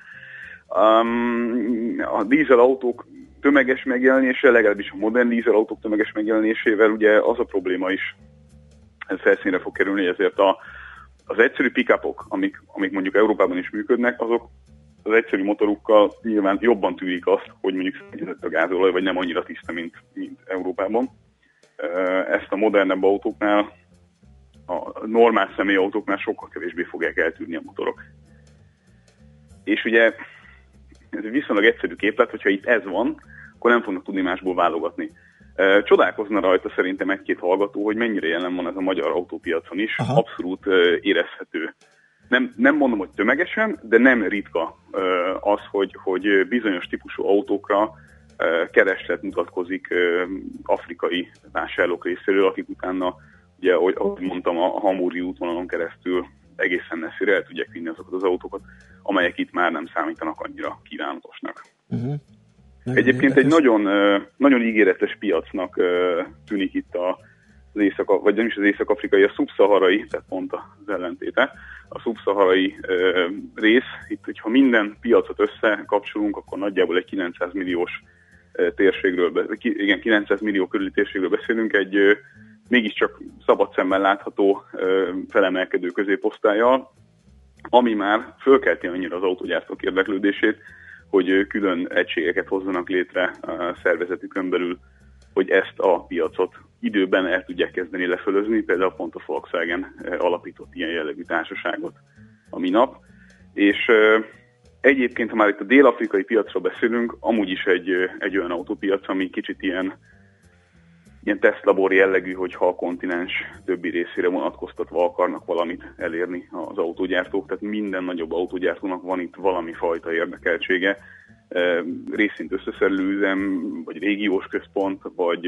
S14: A dízelautók tömeges megjelenése, legalábbis a modern dízelautók tömeges megjelenésével ugye az a probléma is felszínre fog kerülni, ezért az egyszerű pick-upok, amik mondjuk Európában is működnek, azok az egyszerű motorukkal nyilván jobban tűrik azt, hogy mondjuk szennyezett a gázolaj, vagy nem annyira tiszta, mint Európában. Ezt a modernebb autóknál, a normál személyautóknál sokkal kevésbé fogják eltűrni a motorok. És ugye ez egy viszonylag egyszerű képlet, hogyha itt ez van, akkor nem fognak tudni másból válogatni. Csodálkozna rajta szerintem egy-két hallgató, hogy mennyire jelen van ez a magyar autópiacon is. Aha. Abszolút érezhető. Nem mondom, hogy tömegesen, de nem ritka az, hogy bizonyos típusú autókra kereslet mutatkozik afrikai vásárlók részéről, akik utána, ugye, ahogy mondtam, a Hamuri útvonalon keresztül egészen messzire el tudják vinni azokat az autókat, amelyek itt már nem számítanak annyira kívánatosnak. Egyébként egy nagyon, nagyon ígéretes piacnak tűnik itt vagy nem is az észak-afrikai, a szubszaharai, tehát pont az ellentéte. A szubszaharai rész, itt, hogyha minden piacot összekapcsolunk, akkor nagyjából egy 900 milliós térségről, 900 millió körüli térségről beszélünk, egy mégiscsak szabad szemmel látható felemelkedő középosztállyal, ami már fölkelti annyira az autógyártók érdeklődését, hogy külön egységeket hozzanak létre a szervezetükön belül, hogy ezt a piacot időben el tudják kezdeni lefölözni, például pont a Volkswagen alapított ilyen jellegű társaságot a minap. És egyébként, ha már itt a dél-afrikai piacról beszélünk, amúgy is egy olyan autópiac, ami kicsit ilyen tesztlabor jellegű, hogyha a kontinens többi részére vonatkoztatva akarnak valamit elérni az autógyártók. Tehát minden nagyobb autógyártónak van itt valami fajta érdekeltsége, részint összeszerelőüzem, vagy régiós központ,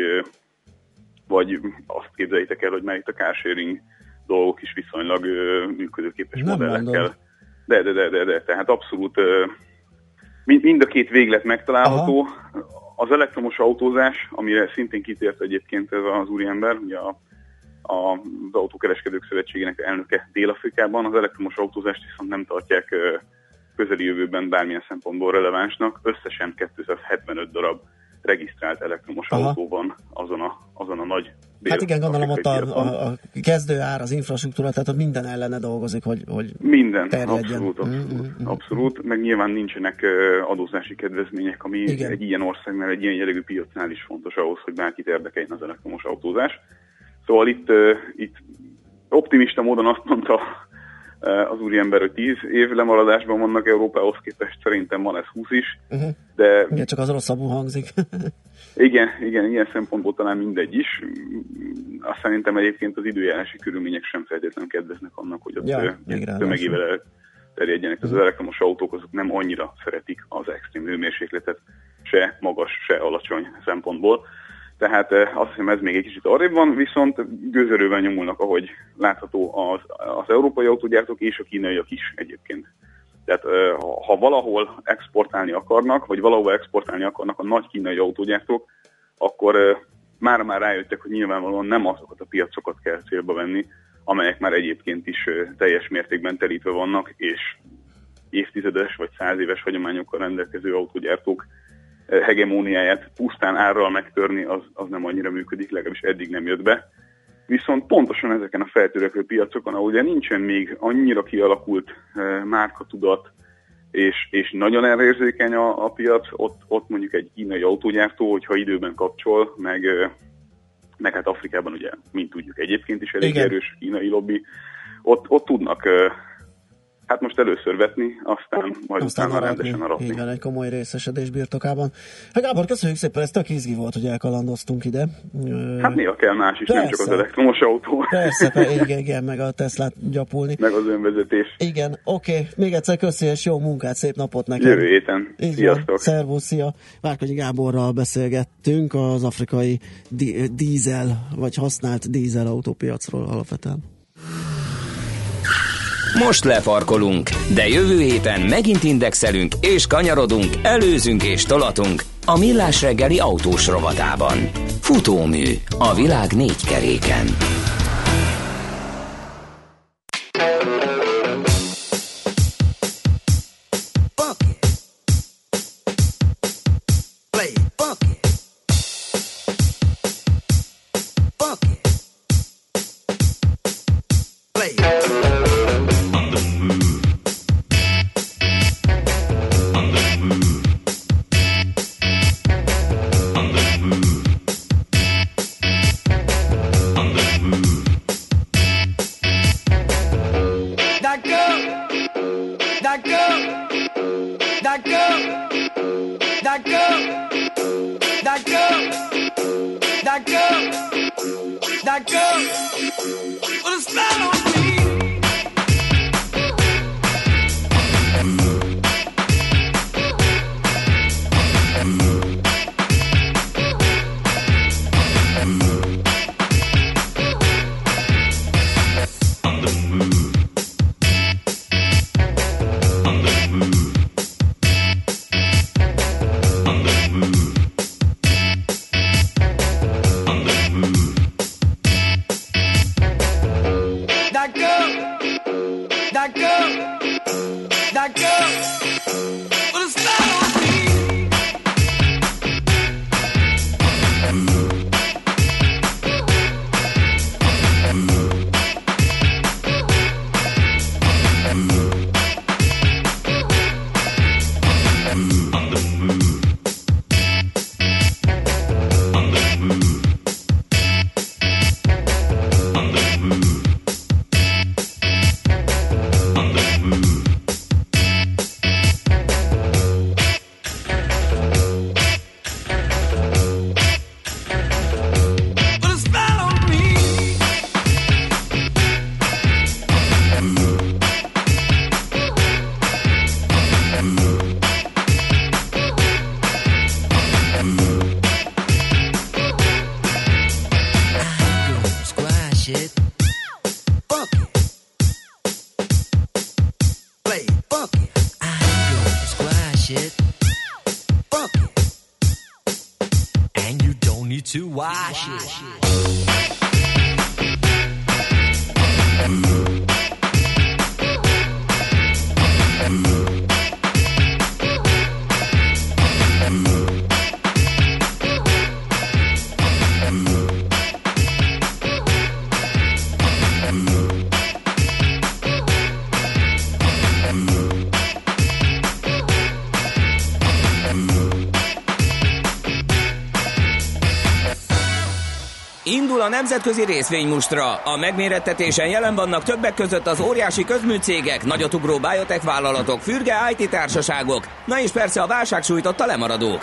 S14: vagy azt képzeljétek el, hogy már itt a carsharing dolgok is viszonylag működőképes modellekkel. De. Tehát abszolút mind a két véglet megtalálható. Aha. Az elektromos autózás, amire szintén kitért egyébként ez az úriember, ugye az Autókereskedők Szövetségének elnöke Dél-Afrikában, az elektromos autózást viszont nem tartják közeli jövőben bármilyen szempontból relevánsnak. Összesen 275 darab regisztrált elektromos autó van azon a nagy
S2: Hát igen, gondolom ott a kezdőár, az infrastruktúra, tehát minden ellene dolgozik, hogy
S14: minden,
S2: terjedjen.
S14: Abszolút, meg nyilván nincsenek adózási kedvezmények, ami igen. Egy ilyen országnál, egy ilyen jellegű piacnál is fontos ahhoz, hogy bárkit érdekeljen az elektromos autózás. Szóval itt optimista módon azt mondta az úriember, hogy 10 év lemaradásban vannak Európához képest, szerintem van ez 20 is, de...
S2: Igen, csak az rosszabbul hangzik.
S14: Igen, ilyen szempontból talán mindegy is. Azt szerintem egyébként az időjárási körülmények sem feltétlenül kedveznek annak, hogy ott tömegével terjedjenek. Az elektromos autók azok nem annyira szeretik az extrém hőmérsékletet, se magas, se alacsony szempontból. Tehát azt hiszem ez még egy kicsit arrébb van, viszont gőzerővel nyomulnak, ahogy látható az európai autógyártók és a kínaiak is egyébként. Tehát ha valahol exportálni akarnak, vagy valahol exportálni akarnak a nagy kínai autógyártók, akkor már rájöttek, hogy nyilvánvalóan nem azokat a piacokat kell célba venni, amelyek már egyébként is teljes mértékben telítve vannak, és évtizedes vagy 100 éves hagyományokkal rendelkező autógyártók hegemóniáját pusztán árral megtörni, az nem annyira működik, legalábbis eddig nem jött be. Viszont pontosan ezeken a feltörekvő piacokon, ahol ugye nincsen még annyira kialakult márkatudat, és nagyon elérzékeny a piac, ott mondjuk egy kínai autógyártó, hogyha időben kapcsol, meg hát Afrikában ugye, mint tudjuk egyébként is elég erős kínai lobby, ott tudnak hát most először vetni, aztán utána rendesen aratni.
S2: Igen, egy komoly részesedés birtokában. Hát Gábor, köszönjük szépen, ez tök izgi volt, hogy elkalandoztunk ide.
S14: Hát néha kell más is, persze. Nem csak az elektromos autó.
S2: Persze, igen, meg a Teslát gyapulni.
S14: Meg az önvezetés.
S2: Igen, oké. Még egyszer köszi, és jó munkát, szép napot neked.
S14: Jövő héten. Sziasztok.
S2: Szervusz, szia. Várkonyi Gáborral beszélgettünk az afrikai dízel, vagy használt dízel autópiacról alapvetően.
S1: Most lefarkolunk, de jövő héten megint indexelünk és kanyarodunk, előzünk és tolatunk a Millás reggeli autós rovatában. Futómű a világ 4 keréken.
S15: to wash it.
S1: Indul a nemzetközi részvénymustra. A megmérettetésen jelen vannak többek között az óriási közműcégek, nagyotugró biotech vállalatok, fürge IT társaságok, na és persze a válság sújtotta lemaradók.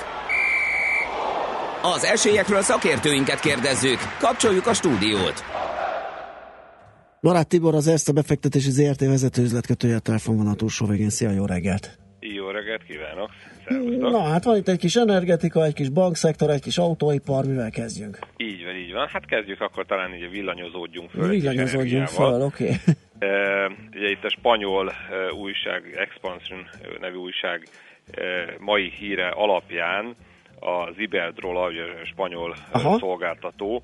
S1: Az esélyekről szakértőinket kérdezzük. Kapcsoljuk a stúdiót.
S2: Barát Tibor, az Erste befektetési ZRT vezető üzletkötője, a telefonvonal túlsó végén. Szia, jó reggelt!
S16: Jó reggelt kívánok! Szervusztok.
S2: Na hát van itt egy kis energetika, egy kis bankszektor, egy kis autóipar, mivel kezdjünk?
S16: Így van. Hát kezdjük akkor talán így villanyozódjunk föl.
S2: Villanyozódjunk föl, oké.
S16: Ugye itt a spanyol újság, Expansion nevű újság mai híre alapján az Iberdrola, ugye a spanyol szolgáltató,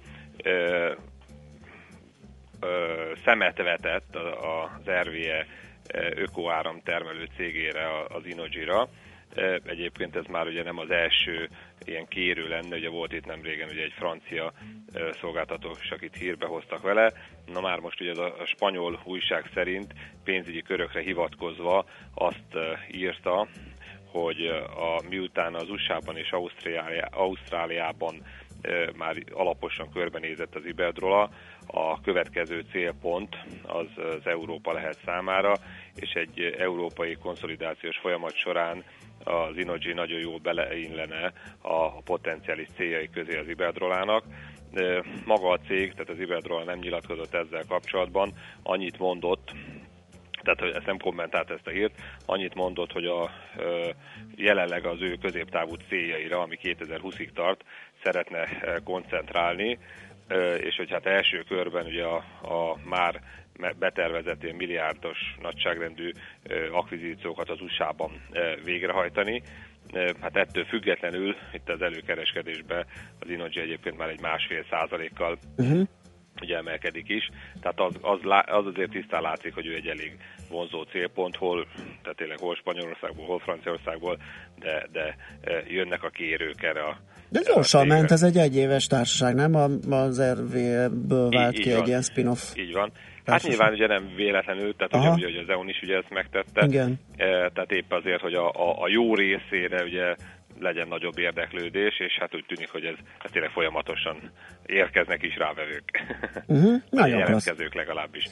S16: szemet vetett az RWE ökoáram termelő cégére, az Innogy-ra. Egyébként ez már ugye nem az első ilyen kérő lenne, ugye volt itt nem régen ugye egy francia szolgáltató, akit hírbe hoztak vele. Na már most ugye a spanyol újság szerint pénzügyi körökre hivatkozva azt írta, hogy miután az USA-ban és Ausztráliában már alaposan körbenézett az Iberdrola, a következő célpont az Európa lehet számára, és egy európai konszolidációs folyamat során az Innogy nagyon jól beleillene a potenciális céljai közé az Iberdrolának. Maga a cég, tehát az Iberdrola nem nyilatkozott ezzel kapcsolatban, annyit mondott, tehát ezt nem kommentált ezt a hírt, annyit mondott, hogy jelenleg az ő középtávú céljaira, ami 2020-ig tart, szeretne koncentrálni, és hogy hát első körben ugye a már betervezett ilyen milliárdos nagyságrendű akvizíciókat az USA-ban végrehajtani. Hát ettől függetlenül itt az előkereskedésben az Innogy egyébként már egy 1,5%-kal ugye emelkedik is, tehát az azért tisztán látszik, hogy ő egy elég vonzó célpont, tehát tényleg hol Spanyolországból, hol Franciaországból, de jönnek a kérők erre a...
S2: De gyorsan ment, ez egy egyéves társaság, nem? Az RV-ből vált ki egy ilyen spin-off.
S16: Így van. Hát nyilván ugye nem véletlenül, tehát ugye az EON is ugye ezt megtette.
S2: Igen.
S16: Tehát épp azért, hogy a jó részére ugye legyen nagyobb érdeklődés, és hát úgy tűnik, hogy ez tényleg folyamatosan érkeznek is rávevők. Jelentkezők legalábbis.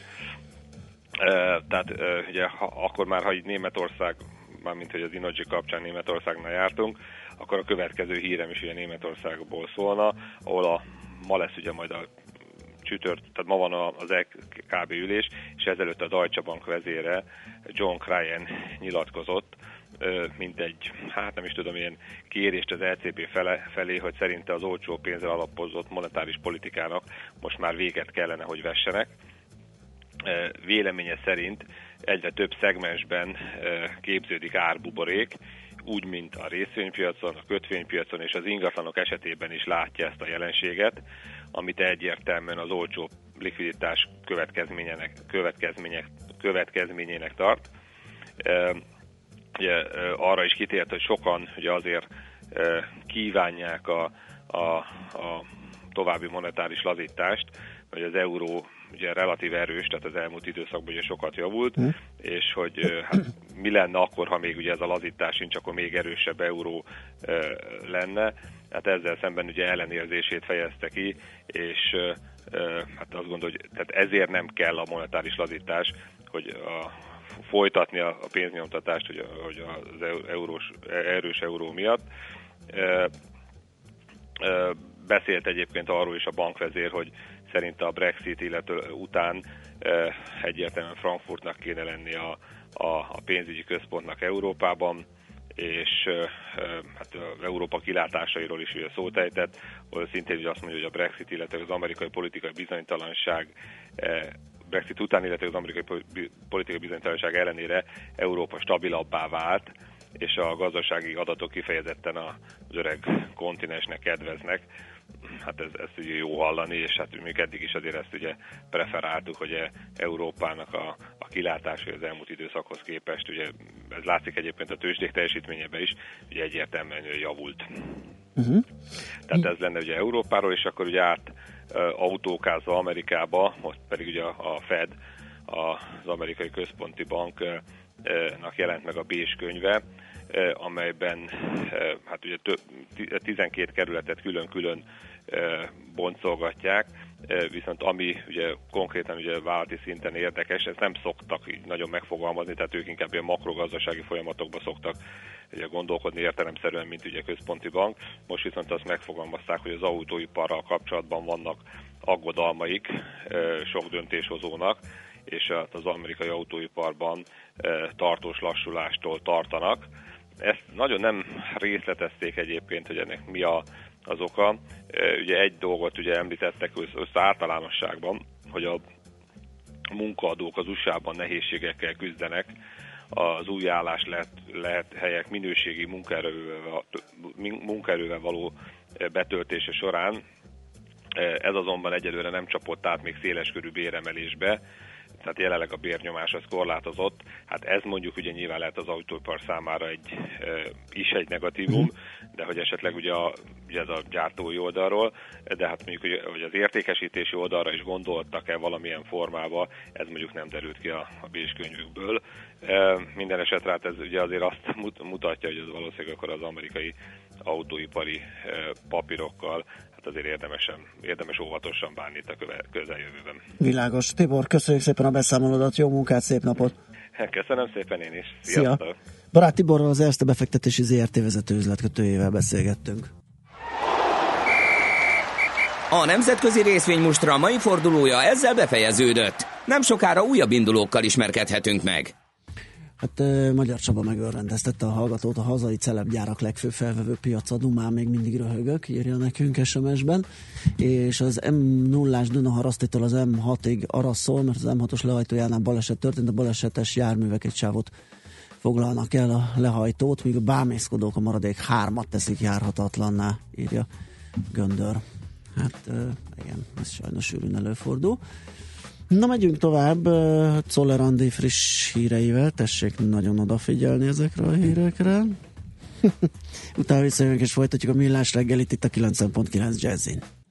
S16: Tehát ugye akkor már, ha itt Németország, mármint hogy az Innogy kapcsán Németországnál jártunk, akkor a következő hírem is ugye Németországból szólna, ahol ma lesz ugye majd a tehát ma van az EKB ülés, és ezelőtt a Deutsche Bank vezére John Cryan nyilatkozott, mint egy, hát nem is tudom, ilyen kérést az ECB felé, hogy szerinte az olcsó pénzre alapozott monetáris politikának most már véget kellene, hogy vessenek. Véleménye szerint egyre több szegmensben képződik árbuborék, úgy, mint a részvénypiacon, a kötvénypiacon és az ingatlanok esetében is látja ezt a jelenséget, amit egyértelműen az olcsó likviditás következményének tart. Ugye, arra is kitért, hogy sokan ugye azért kívánják a további monetáris lazítást, hogy az euró ugye relatív erős, tehát az elmúlt időszakban ugye sokat javult, és hogy hát mi lenne akkor, ha még ugye ez a lazítás nincs, akkor még erősebb euró lenne. Hát ezzel szemben ugye ellenérzését fejezte ki, és hát azt gondolja, hogy tehát ezért nem kell a monetáris lazítás, hogy folytatni a pénznyomtatást, hogy az erős euró miatt. Beszélt egyébként arról is a bankvezér, hogy szerinte a Brexit után egyértelműen Frankfurtnak kéne lenni a pénzügyi központnak Európában, és hát Európa kilátásairól is ugye szót ejtett, ahol szintén ugye azt mondja, hogy a Brexit, illetve az amerikai politikai bizonytalanság Brexit után, illetve az amerikai politikai bizonytalanság ellenére Európa stabilabbá vált, és a gazdasági adatok kifejezetten az öreg kontinensnek kedveznek. hát ez ugye jó hallani, és hát még eddig is azért ezt ugye preferáltuk, hogy Európának a kilátás az elmúlt időszakhoz képest, ugye ez látszik egyébként a tőzsdék teljesítményében is, ugye egyértelműen javult. Tehát ez lenne ugye Európáról, és akkor ugye autókázva Amerikába, most pedig ugye a Fed, az amerikai központi banknak jelent meg a Beige könyve, amelyben hát ugye 12 kerületet külön-külön boncolgatják, viszont ami ugye konkrétan ugye vállalati szinten érdekes, ezt nem szoktak így nagyon megfogalmazni, tehát ők inkább ilyen makrogazdasági folyamatokba szoktak ugye gondolkodni értelemszerűen, mint ugye központi bank. Most viszont azt megfogalmazták, hogy az autóiparral kapcsolatban vannak aggodalmaik sok döntéshozónak, és az amerikai autóiparban tartós lassulástól tartanak. Ezt nagyon nem részletezték egyébként, hogy ennek mi az oka. Ugye egy dolgot ugye említettek általánosságban, hogy a munkaadók az USA-ban nehézségekkel küzdenek, az új állás lehet helyek minőségi munkaerővel való betöltése során. Ez azonban egyelőre nem csapott át még széleskörű béremelésbe, tehát jelenleg a bérnyomás az korlátozott. Hát ez mondjuk ugye nyilván lehet az autóipar számára egy negatívum, de hogy esetleg ugye ez a gyártói oldalról, de hát mondjuk hogy az értékesítési oldalra is gondoltak-e valamilyen formába, ez mondjuk nem derült ki a Beige könyvükből. Minden esetre hát ez ugye azért azt mutatja, hogy ez valószínűleg akkor az amerikai autóipari papírokkal azért érdemes óvatosan bánni itt a közeljövőben.
S2: Világos. Tibor, köszönjük szépen a beszámolódat, jó munkát, szép napot!
S16: Köszönöm szépen én is. Sziasztok!
S2: Szia! Barát Tiborral, az Erste befektetési ZRT vezető üzletkötőjével beszélgettünk.
S1: A nemzetközi részvénymustra mai fordulója ezzel befejeződött. Nem sokára újabb indulókkal ismerkedhetünk meg.
S2: Hát Magyar Csaba megörrendeztette a hallgatót, a hazai celebgyárak legfőbb felvevő piaca, dumán még mindig röhögök, írja nekünk SMS-ben, és az M0-ás Dunaharasztitól az M6-ig arra szól, mert az M6-os lehajtójánál baleset történt, a balesetes járművek egy sávot foglalnak el a lehajtót, míg a bámészkodók a maradék 3-at teszik járhatatlanná, írja Göndör. Hát igen, ez sajnos sűrűn előfordul. Na, megyünk tovább Czoller Andi friss híreivel, tessék nagyon odafigyelni ezekre a hírekre. Utána visszajövünk és folytatjuk a Millás reggelit itt a 90.9 Jazzin.